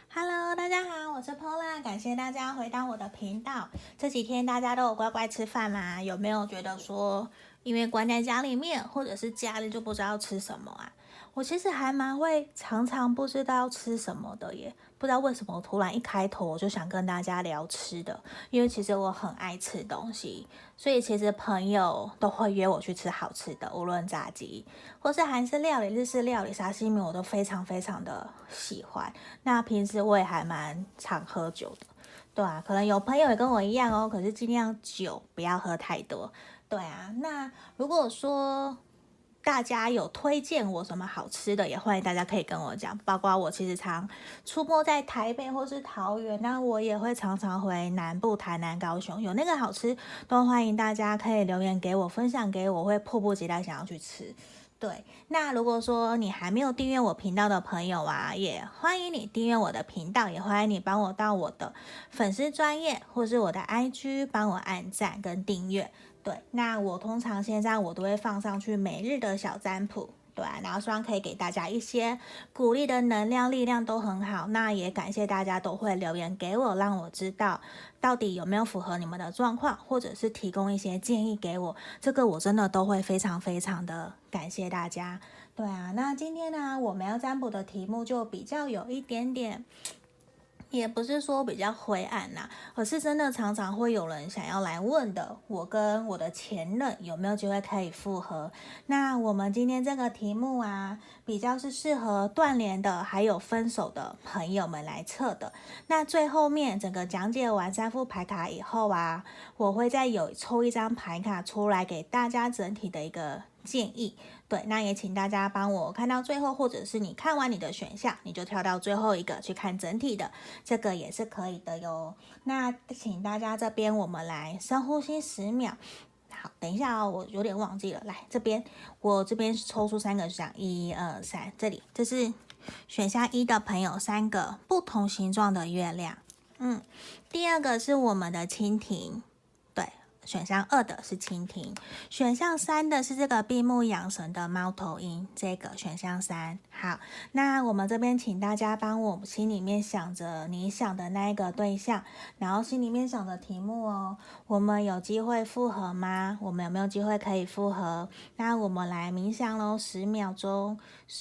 Hello，大家好，我是 Pola，感谢大家回到我的频道。这几天大家都有乖乖吃饭吗？有没有觉得说，因为关在家里面，或者是家里就不知道吃什么啊？我其实还蛮会常常不知道吃什么的耶，不知道为什么我突然一开头我就想跟大家聊吃的，因为其实我很爱吃东西，所以其实朋友都会约我去吃好吃的，无论炸鸡或是韩式料理、日式料理、沙西米，我都非常非常的喜欢。那平时我也还蛮常喝酒的，对啊，可能有朋友也跟我一样哦，可是尽量酒不要喝太多。对啊，那如果说大家有推荐我什么好吃的，也欢迎大家可以跟我讲。包括我其实常出没在台北或是桃园，那我也会常常回南部、台南、高雄，有那个好吃，都欢迎大家可以留言给我，分享给我，会迫不及待想要去吃。对，那如果说你还没有订阅我频道的朋友啊，也欢迎你订阅我的频道，也欢迎你帮我到我的粉丝专页或是我的 IG 帮我按赞跟订阅。对，那我通常现在我都会放上去每日的小占卜，对啊，然后希望可以给大家一些鼓励的能量、力量都很好。那也感谢大家都会留言给我，让我知道到底有没有符合你们的状况，或者是提供一些建议给我，这个我真的都会非常非常的感谢大家。对啊，那今天呢，我们要占卜的题目就比较有一点点。也不是说比较灰暗呐、而是真的常常会有人想要来问的，我跟我的前任有没有机会可以复合？那我们今天这个题目啊，比较是适合断联的，还有分手的朋友们来测的。那最后面整个讲解完三副牌卡以后啊，我会再有抽一张牌卡出来给大家整体的一个建议。对，那也请大家帮我看到最后，或者是你看完你的选项，你就跳到最后一个去看整体的，这个也是可以的哟。那请大家这边我们来深呼吸10秒。好，等一下哦，我有点忘记了。来这边，我这边抽出3个选项，1、2、3，这里这是选项1的朋友，3个不同形状的月亮。第二个是我们的蜻蜓，对，选项2的是蜻蜓，选项3的是这个闭目养神的猫头鹰，这个选项3。好，那我们这边请大家帮我心里面想着你想的那一个对象，然后心里面想着题目哦。我们有机会复合吗？我们有没有机会可以复合？那我们来冥想喽，10秒钟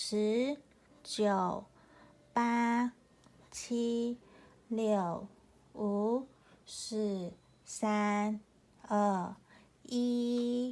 ，10、9、8、7、6、5、4、3、2、1。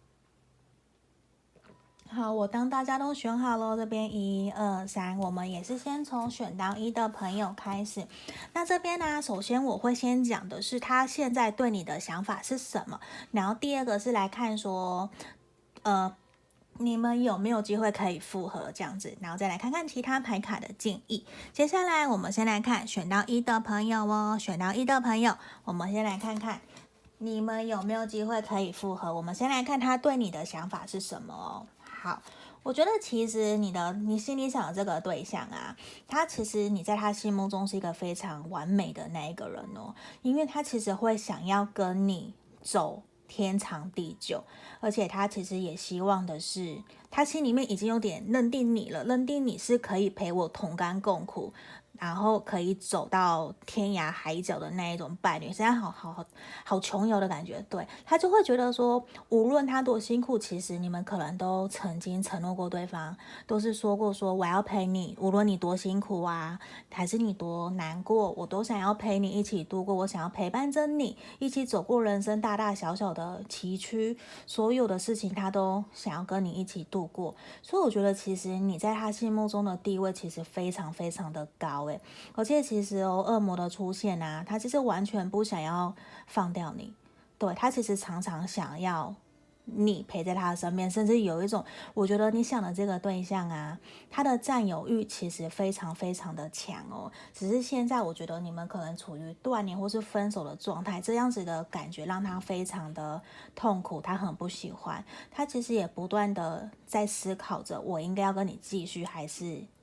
好，我当大家都选好了，这边1、2、3，我们也是先从选到1的朋友开始。那这边呢，首先我会先讲的是他现在对你的想法是什么，然后第二个是来看说，你们有没有机会可以复合这样子，然后再来看看其他牌卡的建议。接下来我们先来看选到1的朋友哦，选到1的朋友，我们先来看看你们有没有机会可以复合。我们先来看他对你的想法是什么哦。好，我觉得其实你心里想的这个对象啊，他其实你在他心目中是一个非常完美的那一个人哦，因为他其实会想要跟你走天长地久，而且他其实也希望的是，他心里面已经有点认定你了，认定你是可以陪我同甘共苦，然后可以走到天涯海角的那一种伴侣，现在好穷游的感觉。对，他就会觉得说，无论他多辛苦，其实你们可能都曾经承诺过对方，都是说过说我要陪你，无论你多辛苦啊，还是你多难过，我都想要陪你一起度过，我想要陪伴着你一起走过人生大大小小的崎岖，所有的事情他都想要跟你一起度过。所以我觉得其实你在他心目中的地位其实非常非常的高诶，而且其实哦，恶魔的出现啊，他其实完全不想要放掉你，对，他其实常常想要你陪在他的身边，甚至有一种，我觉得你想的这个对象啊，他的占有欲其实非常非常的强哦。只是现在我觉得你们可能处于断联或是分手的状态，这样子的感觉让他非常的痛苦，他很不喜欢。他其实也不断的在思考着，我应该要跟你继续还是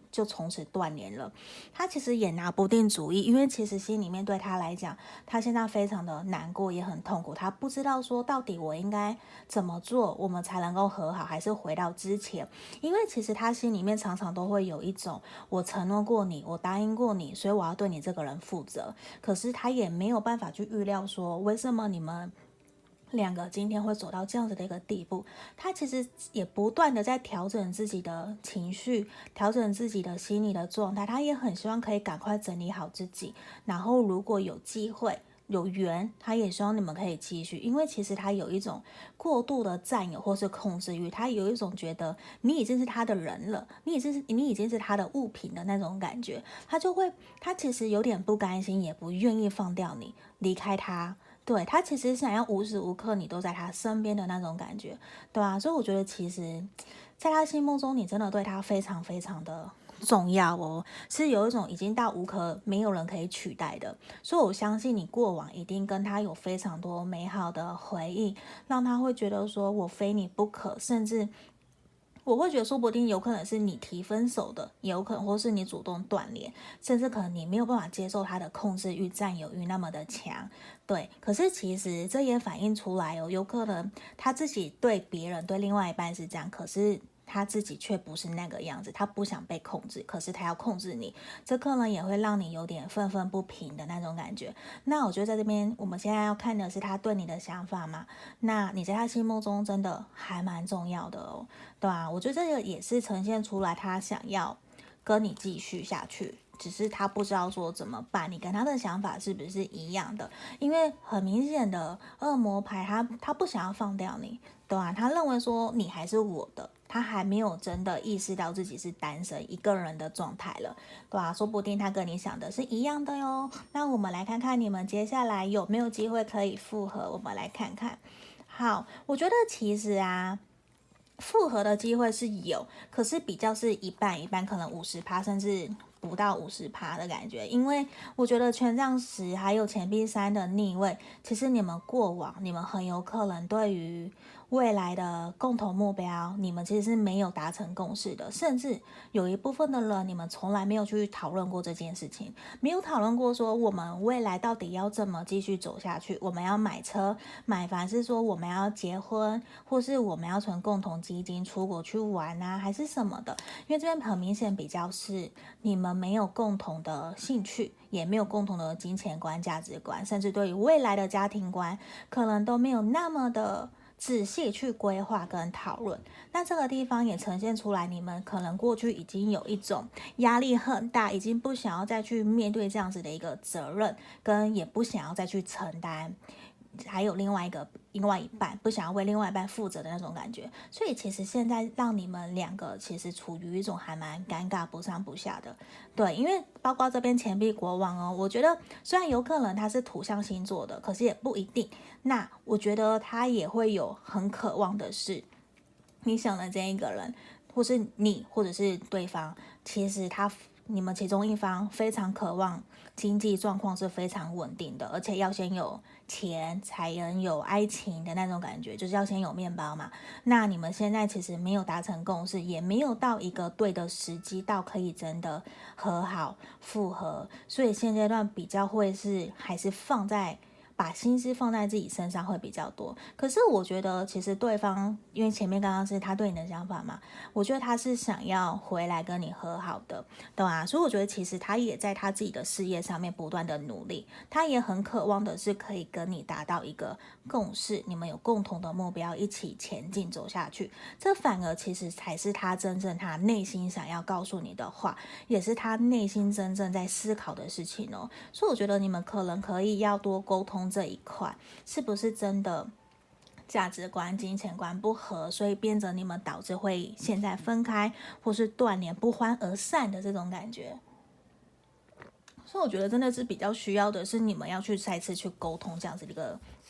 就从此断联了。他其实也拿不定主意，因为其实心里面对他来讲，他现在非常的难过，也很痛苦，他不知道说到底我应该怎么做，我们才能够和好，还是回到之前。因为其实他心里面常常都会有一种，我承诺过你，我答应过你，所以我要对你这个人负责。可是他也没有办法去预料说，为什么你们两个今天会走到这样子的一个地步。他其实也不断的在调整自己的情绪，调整自己的心理的状态，他也很希望可以赶快整理好自己，然后如果有机会有缘，他也希望你们可以继续。因为其实他有一种过度的占有或是控制欲，他有一种觉得你已经是他的人了，你已经是他的物品的那种感觉，他其实有点不甘心，也不愿意放掉你，离开他。对，他其实想要无时无刻你都在他身边的那种感觉，对啊，所以我觉得其实在他心目中，你真的对他非常非常的重要哦，是有一种已经到没有人可以取代的。所以我相信你过往一定跟他有非常多美好的回忆，让他会觉得说我非你不可，甚至我会觉得说不定有可能是你提分手的，也有可能或是你主动断联，甚至可能你没有办法接受他的控制欲、占有欲那么的强。对，可是其实这也反映出来哦，有可能他自己对别人、对另外一半是这样，可是他自己却不是那个样子，他不想被控制，可是他要控制你，这可能也会让你有点愤愤不平的那种感觉。那我觉得在这边，我们现在要看的是他对你的想法嘛，那你在他心目中真的还蛮重要的哦，对啊，我觉得这个也是呈现出来他想要跟你继续下去，只是他不知道说怎么办，你跟他的想法是不是一样的？因为很明显的恶魔牌他不想要放掉你，对啊，他认为说你还是我的，他还没有真的意识到自己是单身一个人的状态了，对啊，说不定他跟你想的是一样的哟。那我们来看看你们接下来有没有机会可以复合，我们来看看。好，我觉得其实啊，复合的机会是有，可是比较是一半一半，可能50%甚至不到50%的感觉。因为我觉得权杖10还有钱币3的逆位，其实你们过往你们很有可能对于未来的共同目标，你们其实是没有达成共识的，甚至有一部分的人，你们从来没有去讨论过这件事情，没有讨论过说我们未来到底要怎么继续走下去，我们要买车买房，是说我们要结婚，或是我们要存共同基金出国去玩啊，还是什么的。因为这边很明显比较是你们没有共同的兴趣，也没有共同的金钱观、价值观，甚至对于未来的家庭观，可能都没有那么的仔细去规划跟讨论。那这个地方也呈现出来，你们可能过去已经有一种压力很大，已经不想要再去面对这样子的一个责任，跟也不想要再去承担。还有另外一半不想要为另外一半负责的那种感觉，所以其实现在让你们两个其实处于一种还蛮尴尬、不上不下的。对，因为包括这边钱币国王哦，我觉得虽然有可能他是土象星座的，可是也不一定。那我觉得他也会有很渴望的是，你想的这一个人，或是你，或者是对方，其实你们其中一方非常渴望经济状况是非常稳定的，而且要先有钱才能有爱情的那种感觉，就是要先有面包嘛。那你们现在其实没有达成共识，也没有到一个对的时机，到可以真的和好复合，所以现阶段比较会是还是把心思放在自己身上会比较多。可是我觉得其实对方，因为前面刚刚是他对你的想法嘛，我觉得他是想要回来跟你和好的，对吧？所以我觉得其实他也在他自己的事业上面不断的努力，他也很渴望的是可以跟你达到一个共识，你们有共同的目标，一起前进走下去。这反而其实才是他真正他内心想要告诉你的话，也是他内心真正在思考的事情哦。所以我觉得你们可能可以要多沟通这一块，是不是真的价值观、金钱观不合，所以变成你们导致会现在分开或是断联、不欢而散的这种感觉。所以我觉得真的是比较需要的是你们要去再次去沟通这样子的一个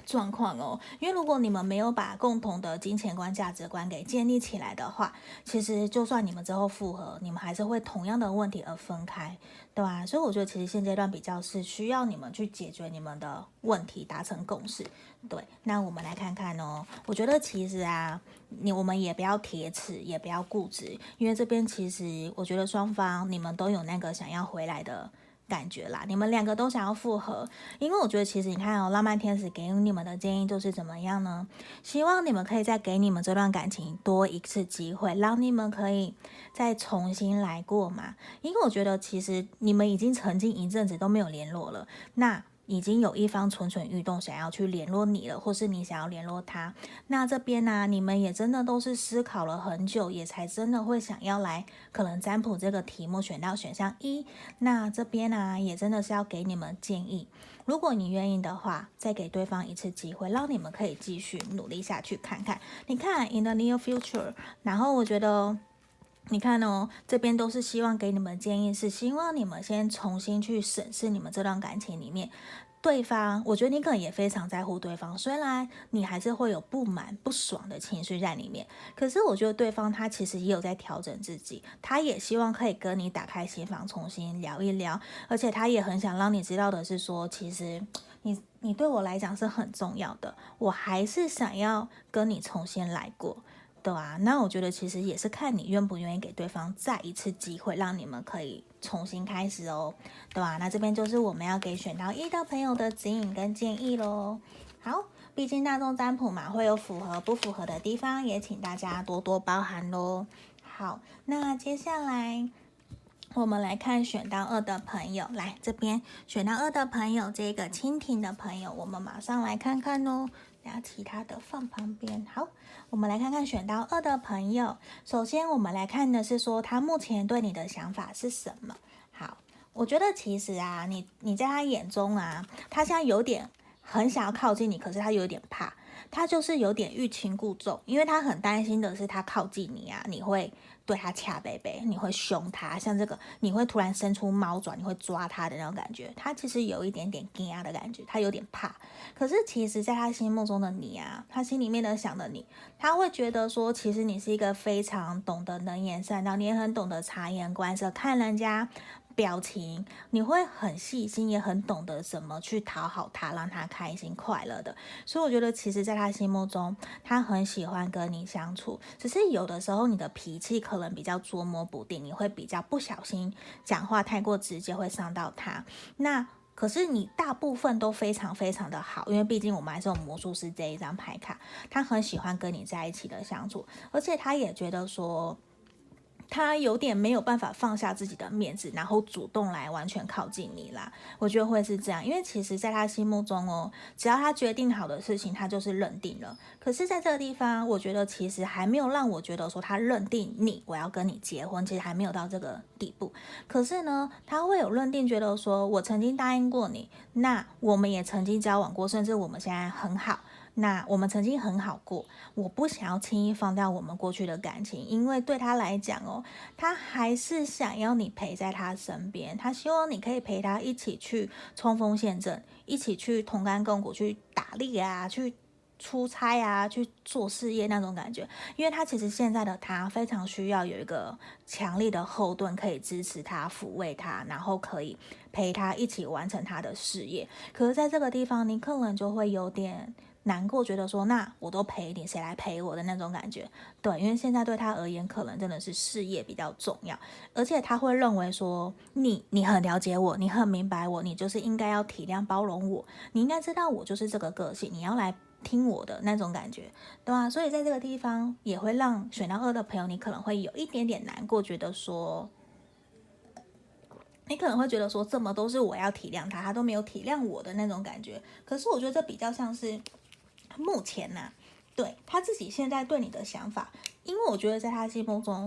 状况哦。因为如果你们没有把共同的金钱观、价值观给建立起来的话，其实就算你们之后复合，你们还是会同样的问题而分开，对吧？所以我觉得其实现阶段比较是需要你们去解决你们的问题，达成共识。对，那我们来看看哦。我觉得其实啊，我们也不要铁齿，也不要固执，因为这边其实我觉得双方你们都有那个想要回来的感觉啦，你们两个都想要复合，因为我觉得其实你看哦，浪漫天使给你们的建议就是怎么样呢？希望你们可以再给你们这段感情多一次机会，让你们可以再重新来过嘛。因为我觉得其实你们已经曾经一阵子都没有联络了，那已经有一方蠢蠢欲动想要去联络你了，或是你想要联络他，那这边呢、你们也真的都是思考了很久，也才真的会想要来可能占卜这个题目选到选项1。那这边呢、也真的是要给你们建议，如果你愿意的话，再给对方一次机会，让你们可以继续努力下去看看。你看 in the near future， 然后我觉得你看哦，这边都是希望给你们建议，是希望你们先重新去审视你们这段感情里面，对方，我觉得你可能也非常在乎对方，虽然你还是会有不满、不爽的情绪在里面，可是我觉得对方他其实也有在调整自己，他也希望可以跟你打开心房，重新聊一聊，而且他也很想让你知道的是说，其实你对我来讲是很重要的，我还是想要跟你重新来过。对啊，那我觉得其实也是看你愿不愿意给对方再一次机会，让你们可以重新开始哦，对吧？那这边就是我们要给选到1的朋友的指引跟建议咯。好，毕竟大众占卜嘛，会有符合不符合的地方，也请大家多多包涵咯。好，那接下来我们来看选到2的朋友，来这边选到2的朋友，这个蜻蜓的朋友，我们马上来看看哦。然后其他的放旁边。好，我们来看看选到2的朋友。首先，我们来看的是说他目前对你的想法是什么。好，我觉得其实啊，你在他眼中啊，他现在有点很想要靠近你，可是他有点怕，他就是有点欲擒故纵，因为他很担心的是他靠近你啊，你会对他掐贝贝，你会凶他，像这个你会突然伸出猫爪，你会抓他的那种感觉，他其实有一点点惊的感觉，他有点怕。可是其实在他心目中的你啊，他心里面的想的你，他会觉得说，其实你是一个非常懂得能言善道，你也很懂得察言观色，看人家表情，你会很细心，也很懂得怎么去讨好他，让他开心快乐的。所以我觉得，其实在他心目中，他很喜欢跟你相处，只是有的时候你的脾气可能比较捉摸不定，你会比较不小心讲话太过直接，会伤到他。那可是你大部分都非常非常的好，因为毕竟我们还是有魔术师这一张牌卡，他很喜欢跟你在一起的相处，而且他也觉得说，他有点没有办法放下自己的面子，然后主动来完全靠近你啦。我觉得会是这样，因为其实在他心目中哦，只要他决定好的事情，他就是认定了。可是在这个地方，我觉得其实还没有让我觉得说他认定你，我要跟你结婚，其实还没有到这个地步。可是呢，他会有认定，觉得说我曾经答应过你，那我们也曾经交往过，甚至我们现在很好。那我们曾经很好过，我不想要轻易放掉我们过去的感情，因为对他来讲哦，他还是想要你陪在他身边，他希望你可以陪他一起去冲锋陷阵，一起去同甘共苦，去打猎啊，去出差啊，去做事业那种感觉。因为他其实现在的他非常需要有一个强力的后盾，可以支持他、抚慰他，然后可以陪他一起完成他的事业。可是在这个地方，你可能就会有点难过，觉得说那我都陪你，谁来陪我的那种感觉。对，因为现在对他而言，可能真的是事业比较重要，而且他会认为说你很了解我，你很明白我，你就是应该要体谅包容我，你应该知道我就是这个个性，你要来听我的那种感觉，对吧？所以在这个地方也会让选到2的朋友，你可能会有一点点难过，觉得说你可能会觉得说，这么都是我要体谅他，他都没有体谅我的那种感觉。可是我觉得这比较像是目前对他自己现在对你的想法，因为我觉得在他心目中，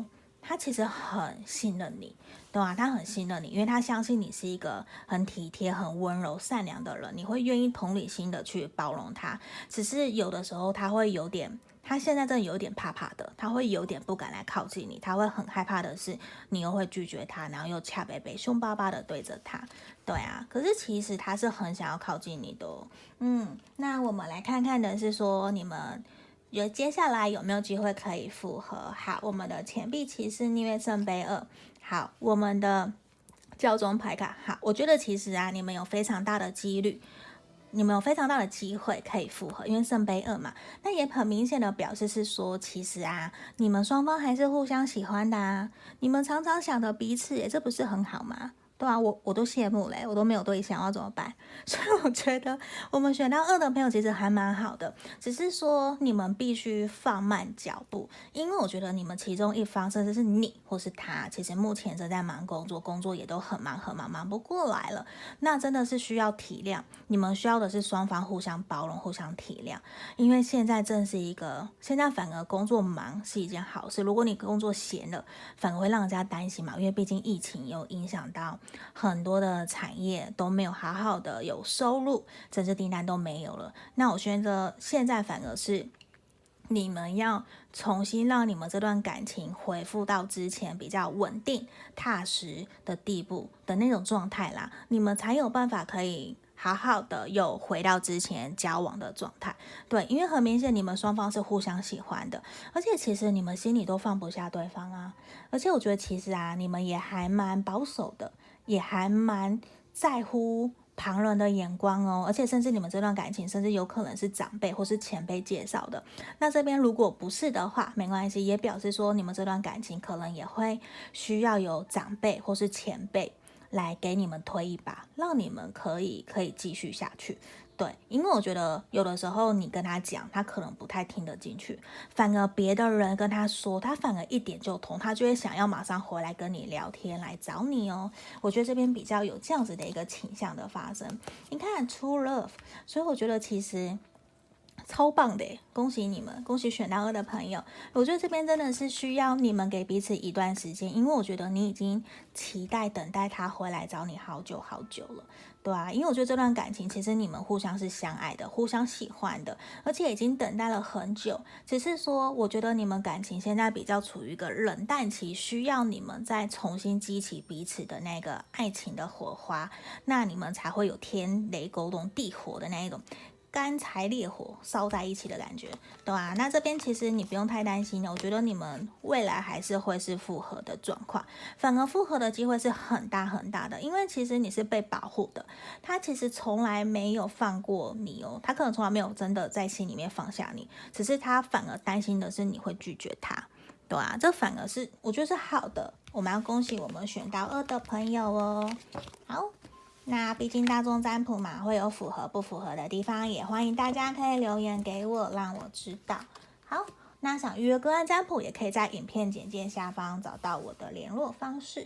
他其实很信任你，对吧？他很信任你，因为他相信你是一个很体贴、很温柔、善良的人，你会愿意同理心的去包容他。只是有的时候他会有点，他现在真的有点怕怕的，他会有点不敢来靠近你，他会很害怕的是你又会拒绝他，然后又恰北北凶巴巴的对着他，对啊。可是其实他是很想要靠近你的哦。那我们来看看的是说你们。接下来有没有机会可以复合？好，我们的钱币骑士逆位圣杯2，好，我们的教宗牌卡，好，我觉得其实啊，你们有非常大的几率，你们有非常大的机会可以复合，因为圣杯2嘛，那也很明显的表示是说，其实啊，你们双方还是互相喜欢的啊，你们常常想着彼此，这不是很好吗？对啊，我都羡慕嘞，我都没有对象，要怎么办？所以我觉得我们选到2的朋友其实还蛮好的，只是说你们必须放慢脚步，因为我觉得你们其中一方，甚至是你或是他，其实目前正在忙工作，工作也都很忙很忙，忙不过来了。那真的是需要体谅，你们需要的是双方互相包容、互相体谅，因为现在正是一个，现在反而工作忙是一件好事，如果你工作闲了，反而会让人家担心嘛，因为毕竟疫情有影响到。很多的产业都没有好好的有收入，甚至订单都没有了。那我觉得现在反而是你们要重新让你们这段感情恢复到之前比较稳定、踏实的地步的那种状态啦，你们才有办法可以好好的又回到之前交往的状态。对，因为很明显你们双方是互相喜欢的，而且其实你们心里都放不下对方啊。而且我觉得其实啊，你们也还蛮保守的。也还蛮在乎旁人的眼光哦，而且甚至你们这段感情，甚至有可能是长辈或是前辈介绍的。那这边如果不是的话，没关系，也表示说你们这段感情可能也会需要有长辈或是前辈来给你们推一把，让你们可以继续下去。对，因为我觉得有的时候你跟他讲，他可能不太听得进去，反而别的人跟他说，他反而一点就通，他就会想要马上回来跟你聊天，来找你哦。我觉得这边比较有这样子的一个倾向的发生。你看 True Love，所以我觉得其实。超棒的耶，恭喜你们，恭喜选到2的朋友。我觉得这边真的是需要你们给彼此一段时间，因为我觉得你已经期待等待他回来找你好久好久了，对啊，因为我觉得这段感情其实你们互相是相爱的，互相喜欢的，而且已经等待了很久。只是说，我觉得你们感情现在比较处于一个冷淡期，需要你们再重新激起彼此的那个爱情的火花，那你们才会有天雷勾动地火的那一种。干柴烈火烧在一起的感觉，对吧？那这边其实你不用太担心的，我觉得你们未来还是会是复合的状况，反而复合的机会是很大很大的，因为其实你是被保护的，他其实从来没有放过你哦，他可能从来没有真的在心里面放下你，只是他反而担心的是你会拒绝他，对啊，这反而是我觉得是好的，我们要恭喜我们选到2的朋友哦，好。那毕竟大众占卜嘛，会有符合不符合的地方，也欢迎大家可以留言给我，让我知道。好，那想预约个案占卜，也可以在影片简介下方找到我的联络方式。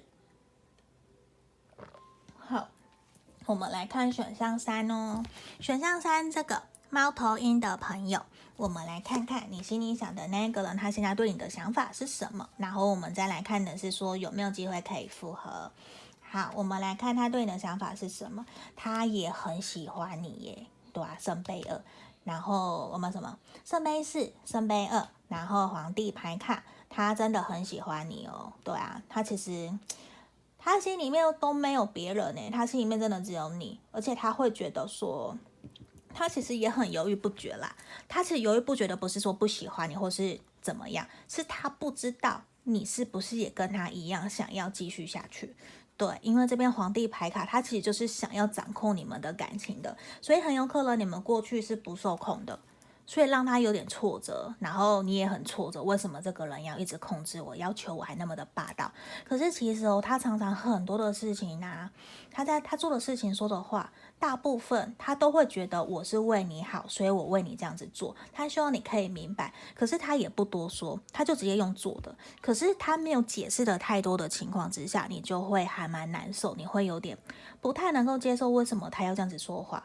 好，我们来看选项3哦。选项3这个猫头鹰的朋友，我们来看看你心里想的那个人，他现在对你的想法是什么？然后我们再来看的是说有没有机会可以复合。好，我们来看他对你的想法是什么。他也很喜欢你耶，对啊，圣杯2，然后我们什么圣杯4、圣杯2，然后皇帝牌卡，他真的很喜欢你哦，对啊，他其实他心里面都没有别人呢，他心里面真的只有你，而且他会觉得说，他其实也很犹豫不决啦。他其实犹豫不决的不是说不喜欢你或是怎么样，是他不知道你是不是也跟他一样想要继续下去。对，因为这边皇帝牌卡，他其实就是想要掌控你们的感情的，所以很有可能你们过去是不受控的，所以让他有点挫折，然后你也很挫折，为什么这个人要一直控制我，要求我还那么的霸道？可是其实哦，他常常很多的事情啊，他做的事情说的话，大部分他都会觉得我是为你好，所以我为你这样子做，他希望你可以明白，可是他也不多说，他就直接用做的，可是他没有解释的太多的情况之下，你就会还蛮难受，你会有点不太能够接受为什么他要这样子说话。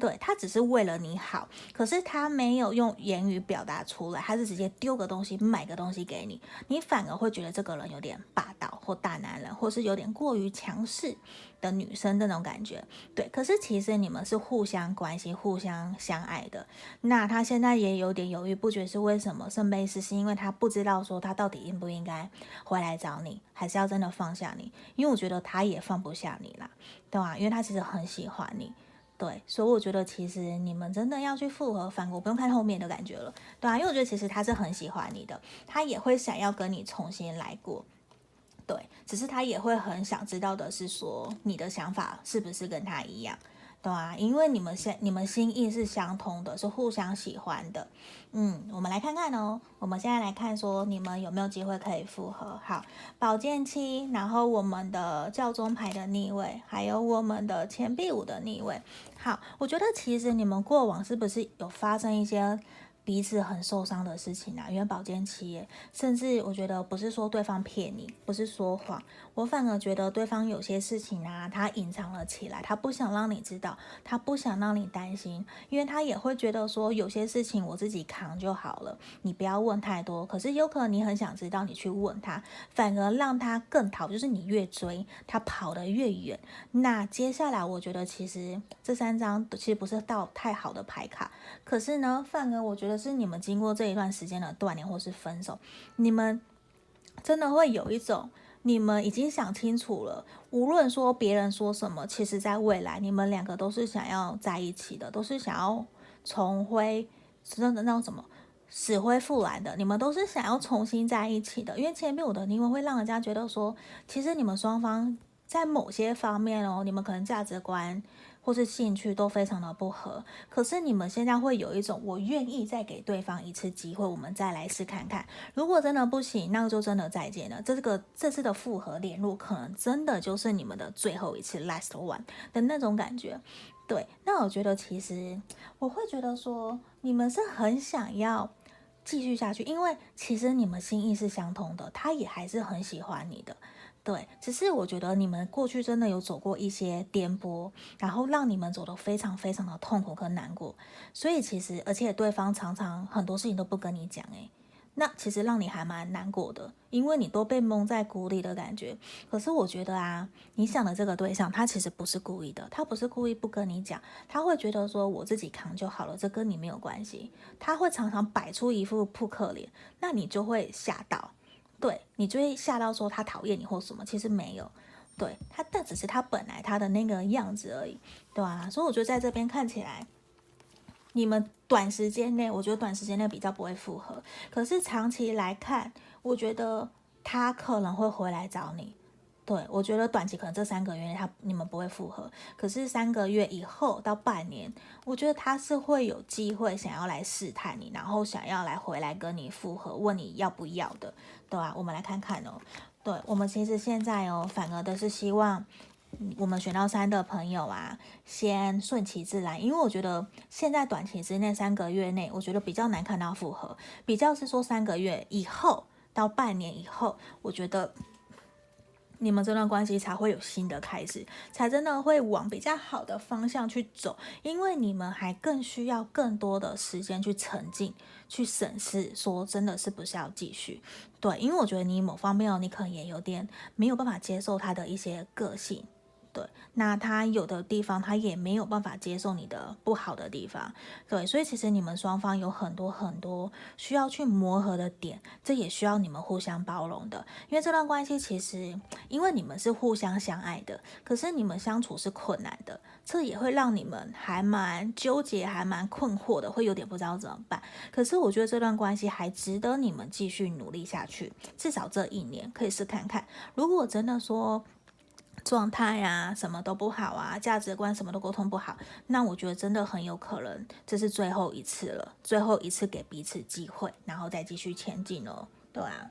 对，他只是为了你好，可是他没有用言语表达出来，他是直接丢个东西买个东西给你，你反而会觉得这个人有点霸道或大男人，或是有点过于强势的女生那种感觉。对，可是其实你们是互相关系、互相相爱的。那他现在也有点犹豫不决，是为什么？圣杯四是因为他不知道说他到底应不应该回来找你，还是要真的放下你？因为我觉得他也放不下你啦，对吧？因为他其实很喜欢你。对，所以我觉得其实你们真的要去复合，反过不用看后面的感觉了，对啊，因为我觉得其实他是很喜欢你的，他也会想要跟你重新来过，对，只是他也会很想知道的是说你的想法是不是跟他一样，对啊，因为你们心意是相通的，是互相喜欢的。我们来看看哦，我们现在来看说你们有没有机会可以复合。好，宝剑七，然后我们的教宗牌的逆位，还有我们的钱币五的逆位。好，我觉得其实你们过往是不是有发生一些彼此很受伤的事情啊？因为宝剑七耶，甚至我觉得不是说对方骗你，不是说谎，我反而觉得对方有些事情啊，他隐藏了起来，他不想让你知道，他不想让你担心，因为他也会觉得说有些事情我自己扛就好了，你不要问太多。可是有可能你很想知道，你去问他，反而让他更逃，就是你越追他跑得越远。那接下来我觉得其实这三张其实不是到太好的牌卡，可是呢，反而我觉得是你们经过这一段时间的断联或是分手，你们真的会有一种你们已经想清楚了，无论说别人说什么，其实在未来你们两个都是想要在一起的，都是想要重回真的那种什么死灰复燃的，你们都是想要重新在一起的。因为前面我的因为会让人家觉得说，其实你们双方在某些方面哦，你们可能价值观或是兴趣都非常的不合，可是你们现在会有一种我愿意再给对方一次机会，我们再来试看看，如果真的不行，那就真的再见了。这次的复合联络可能真的就是你们的最后一次 last one 的那种感觉。对，那我觉得其实我会觉得说，你们是很想要继续下去，因为其实你们心意是相通的，他也还是很喜欢你的。对，只是我觉得你们过去真的有走过一些颠簸，然后让你们走得非常非常的痛苦跟难过，所以其实而且对方常常很多事情都不跟你讲，那其实让你还蛮难过的，因为你都被蒙在鼓里的感觉。可是我觉得啊，你想的这个对象，他其实不是故意的，他不是故意不跟你讲，他会觉得说我自己扛就好了，这跟你没有关系。他会常常摆出一副扑克脸，那你就会吓到，对你就会吓到说他讨厌你或什么，其实没有。对他，但只是他本来他的那个样子而已，对啊，所以我觉得在这边看起来，你们短时间内，我觉得短时间内比较不会复合，可是长期来看，我觉得他可能会回来找你。对，我觉得短期可能这3个月内你们不会复合，可是3个月以后到半年，我觉得他是会有机会想要来试探你，然后想要来回来跟你复合，问你要不要的，对吧？我们来看看哦。对，我们其实现在哦，反而的是希望我们选到3的朋友啊，先顺其自然，因为我觉得现在短期之内3个月内，我觉得比较难看到复合，比较是说3个月以后到半年以后，我觉得你们这段关系才会有新的开始，才真的会往比较好的方向去走，因为你们还更需要更多的时间去沉浸、去审视，说真的是不是要继续？对，因为我觉得你某方面你可能也有点没有办法接受他的一些个性。对，那他有的地方他也没有办法接受你的不好的地方，对，所以其实你们双方有很多很多需要去磨合的点，这也需要你们互相包容的，因为这段关系其实因为你们是互相相爱的，可是你们相处是困难的，这也会让你们还蛮纠结，还蛮困惑的，会有点不知道怎么办。可是我觉得这段关系还值得你们继续努力下去，至少这1年可以试看看，如果真的说状态啊，什么都不好啊，价值观什么都沟通不好，那我觉得真的很有可能这是最后一次了，最后一次给彼此机会，然后再继续前进哦，对啊，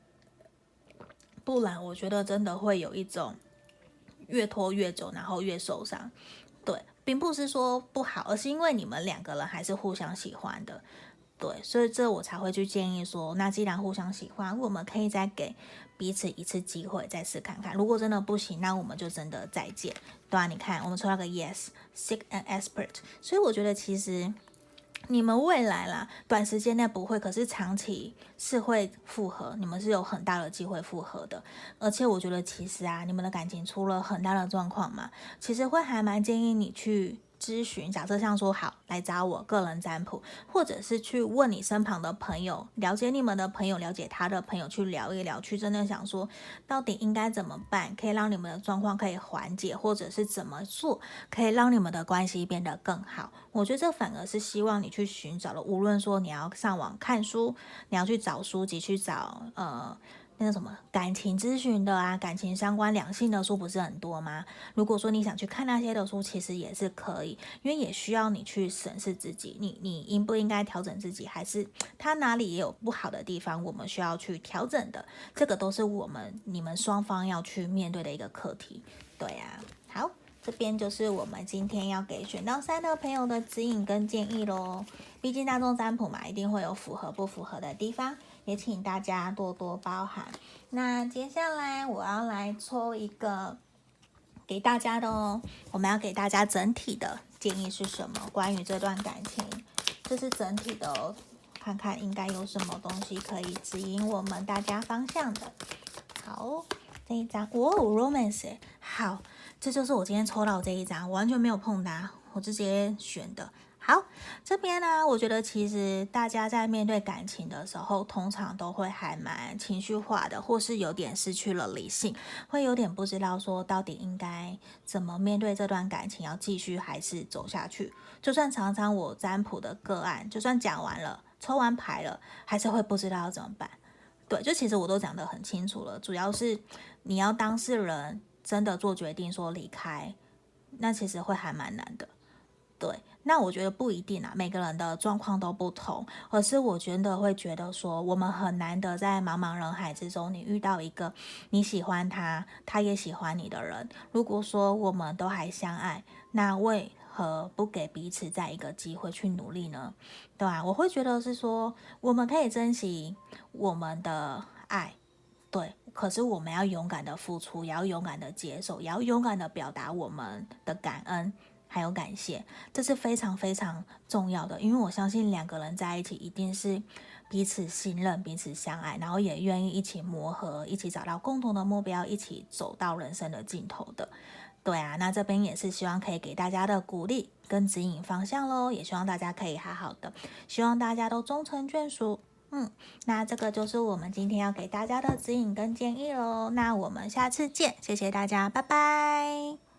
不然我觉得真的会有一种越拖越久，然后越受伤。对，并不是说不好，而是因为你们2个人还是互相喜欢的。 对，所以这我才会去建议说，那既然互相喜欢，我们可以再给彼此一次机会，再试看看。如果真的不行，那我们就真的再见，对啊，你看，我们抽到个 yes，seek an expert，所以我觉得其实你们未来啦，短时间内不会，可是长期是会复合，你们是有很大的机会复合的。而且我觉得其实啊，你们的感情出了很大的状况嘛，其实会还蛮建议你去咨询，假设像说好来找我个人占卜，或者是去问你身旁的朋友，了解你们的朋友，了解他的朋友，去聊一聊，去真的想说到底应该怎么办，可以让你们的状况可以缓解，或者是怎么做可以让你们的关系变得更好。我觉得这反而是希望你去寻找的，无论说你要上网看书，你要去找书籍，去找那个什么感情咨询的啊，感情相关两性的书不是很多吗？如果说你想去看那些的书，其实也是可以，因为也需要你去审视自己，你应不应该调整自己，还是他哪里也有不好的地方，我们需要去调整的，这个都是你们双方要去面对的一个课题。对啊，好，这边就是我们今天要给选到3的朋友的指引跟建议咯。毕竟大众占卜嘛，一定会有符合不符合的地方，也请大家多多包涵。那接下来我要来抽一个给大家的哦，我们要给大家整体的建议是什么？关于这段感情，这是整体的哦，看看应该有什么东西可以指引我们大家方向的。好，这一张romance， 好，这就是我今天抽到这一张，我完全没有碰它，我直接选的。好，这边呢，我觉得其实大家在面对感情的时候，通常都会还蛮情绪化的，或是有点失去了理性，会有点不知道说到底应该怎么面对这段感情，要继续还是走下去。就算常常我占卜的个案，就算讲完了，抽完牌了，还是会不知道要怎么办。对，就其实我都讲得很清楚了，主要是你要当事人真的做决定说离开，那其实会还蛮难的。对，那我觉得不一定啊，每个人的状况都不同，而是我真的会觉得说，我们很难得在茫茫人海之中，你遇到一个你喜欢他，他也喜欢你的人。如果说我们都还相爱，那为何不给彼此再一个机会去努力呢？对啊，我会觉得是说，我们可以珍惜我们的爱，对，可是我们要勇敢的付出，也要勇敢的接受，也要勇敢的表达我们的感恩。还有感谢，这是非常非常重要的，因为我相信2个人在一起一定是彼此信任、彼此相爱，然后也愿意一起磨合，一起找到共同的目标，一起走到人生的尽头的。对啊，那这边也是希望可以给大家的鼓励跟指引方向咯，也希望大家可以好好的，希望大家都终成眷属。那这个就是我们今天要给大家的指引跟建议咯，那我们下次见，谢谢大家，拜拜。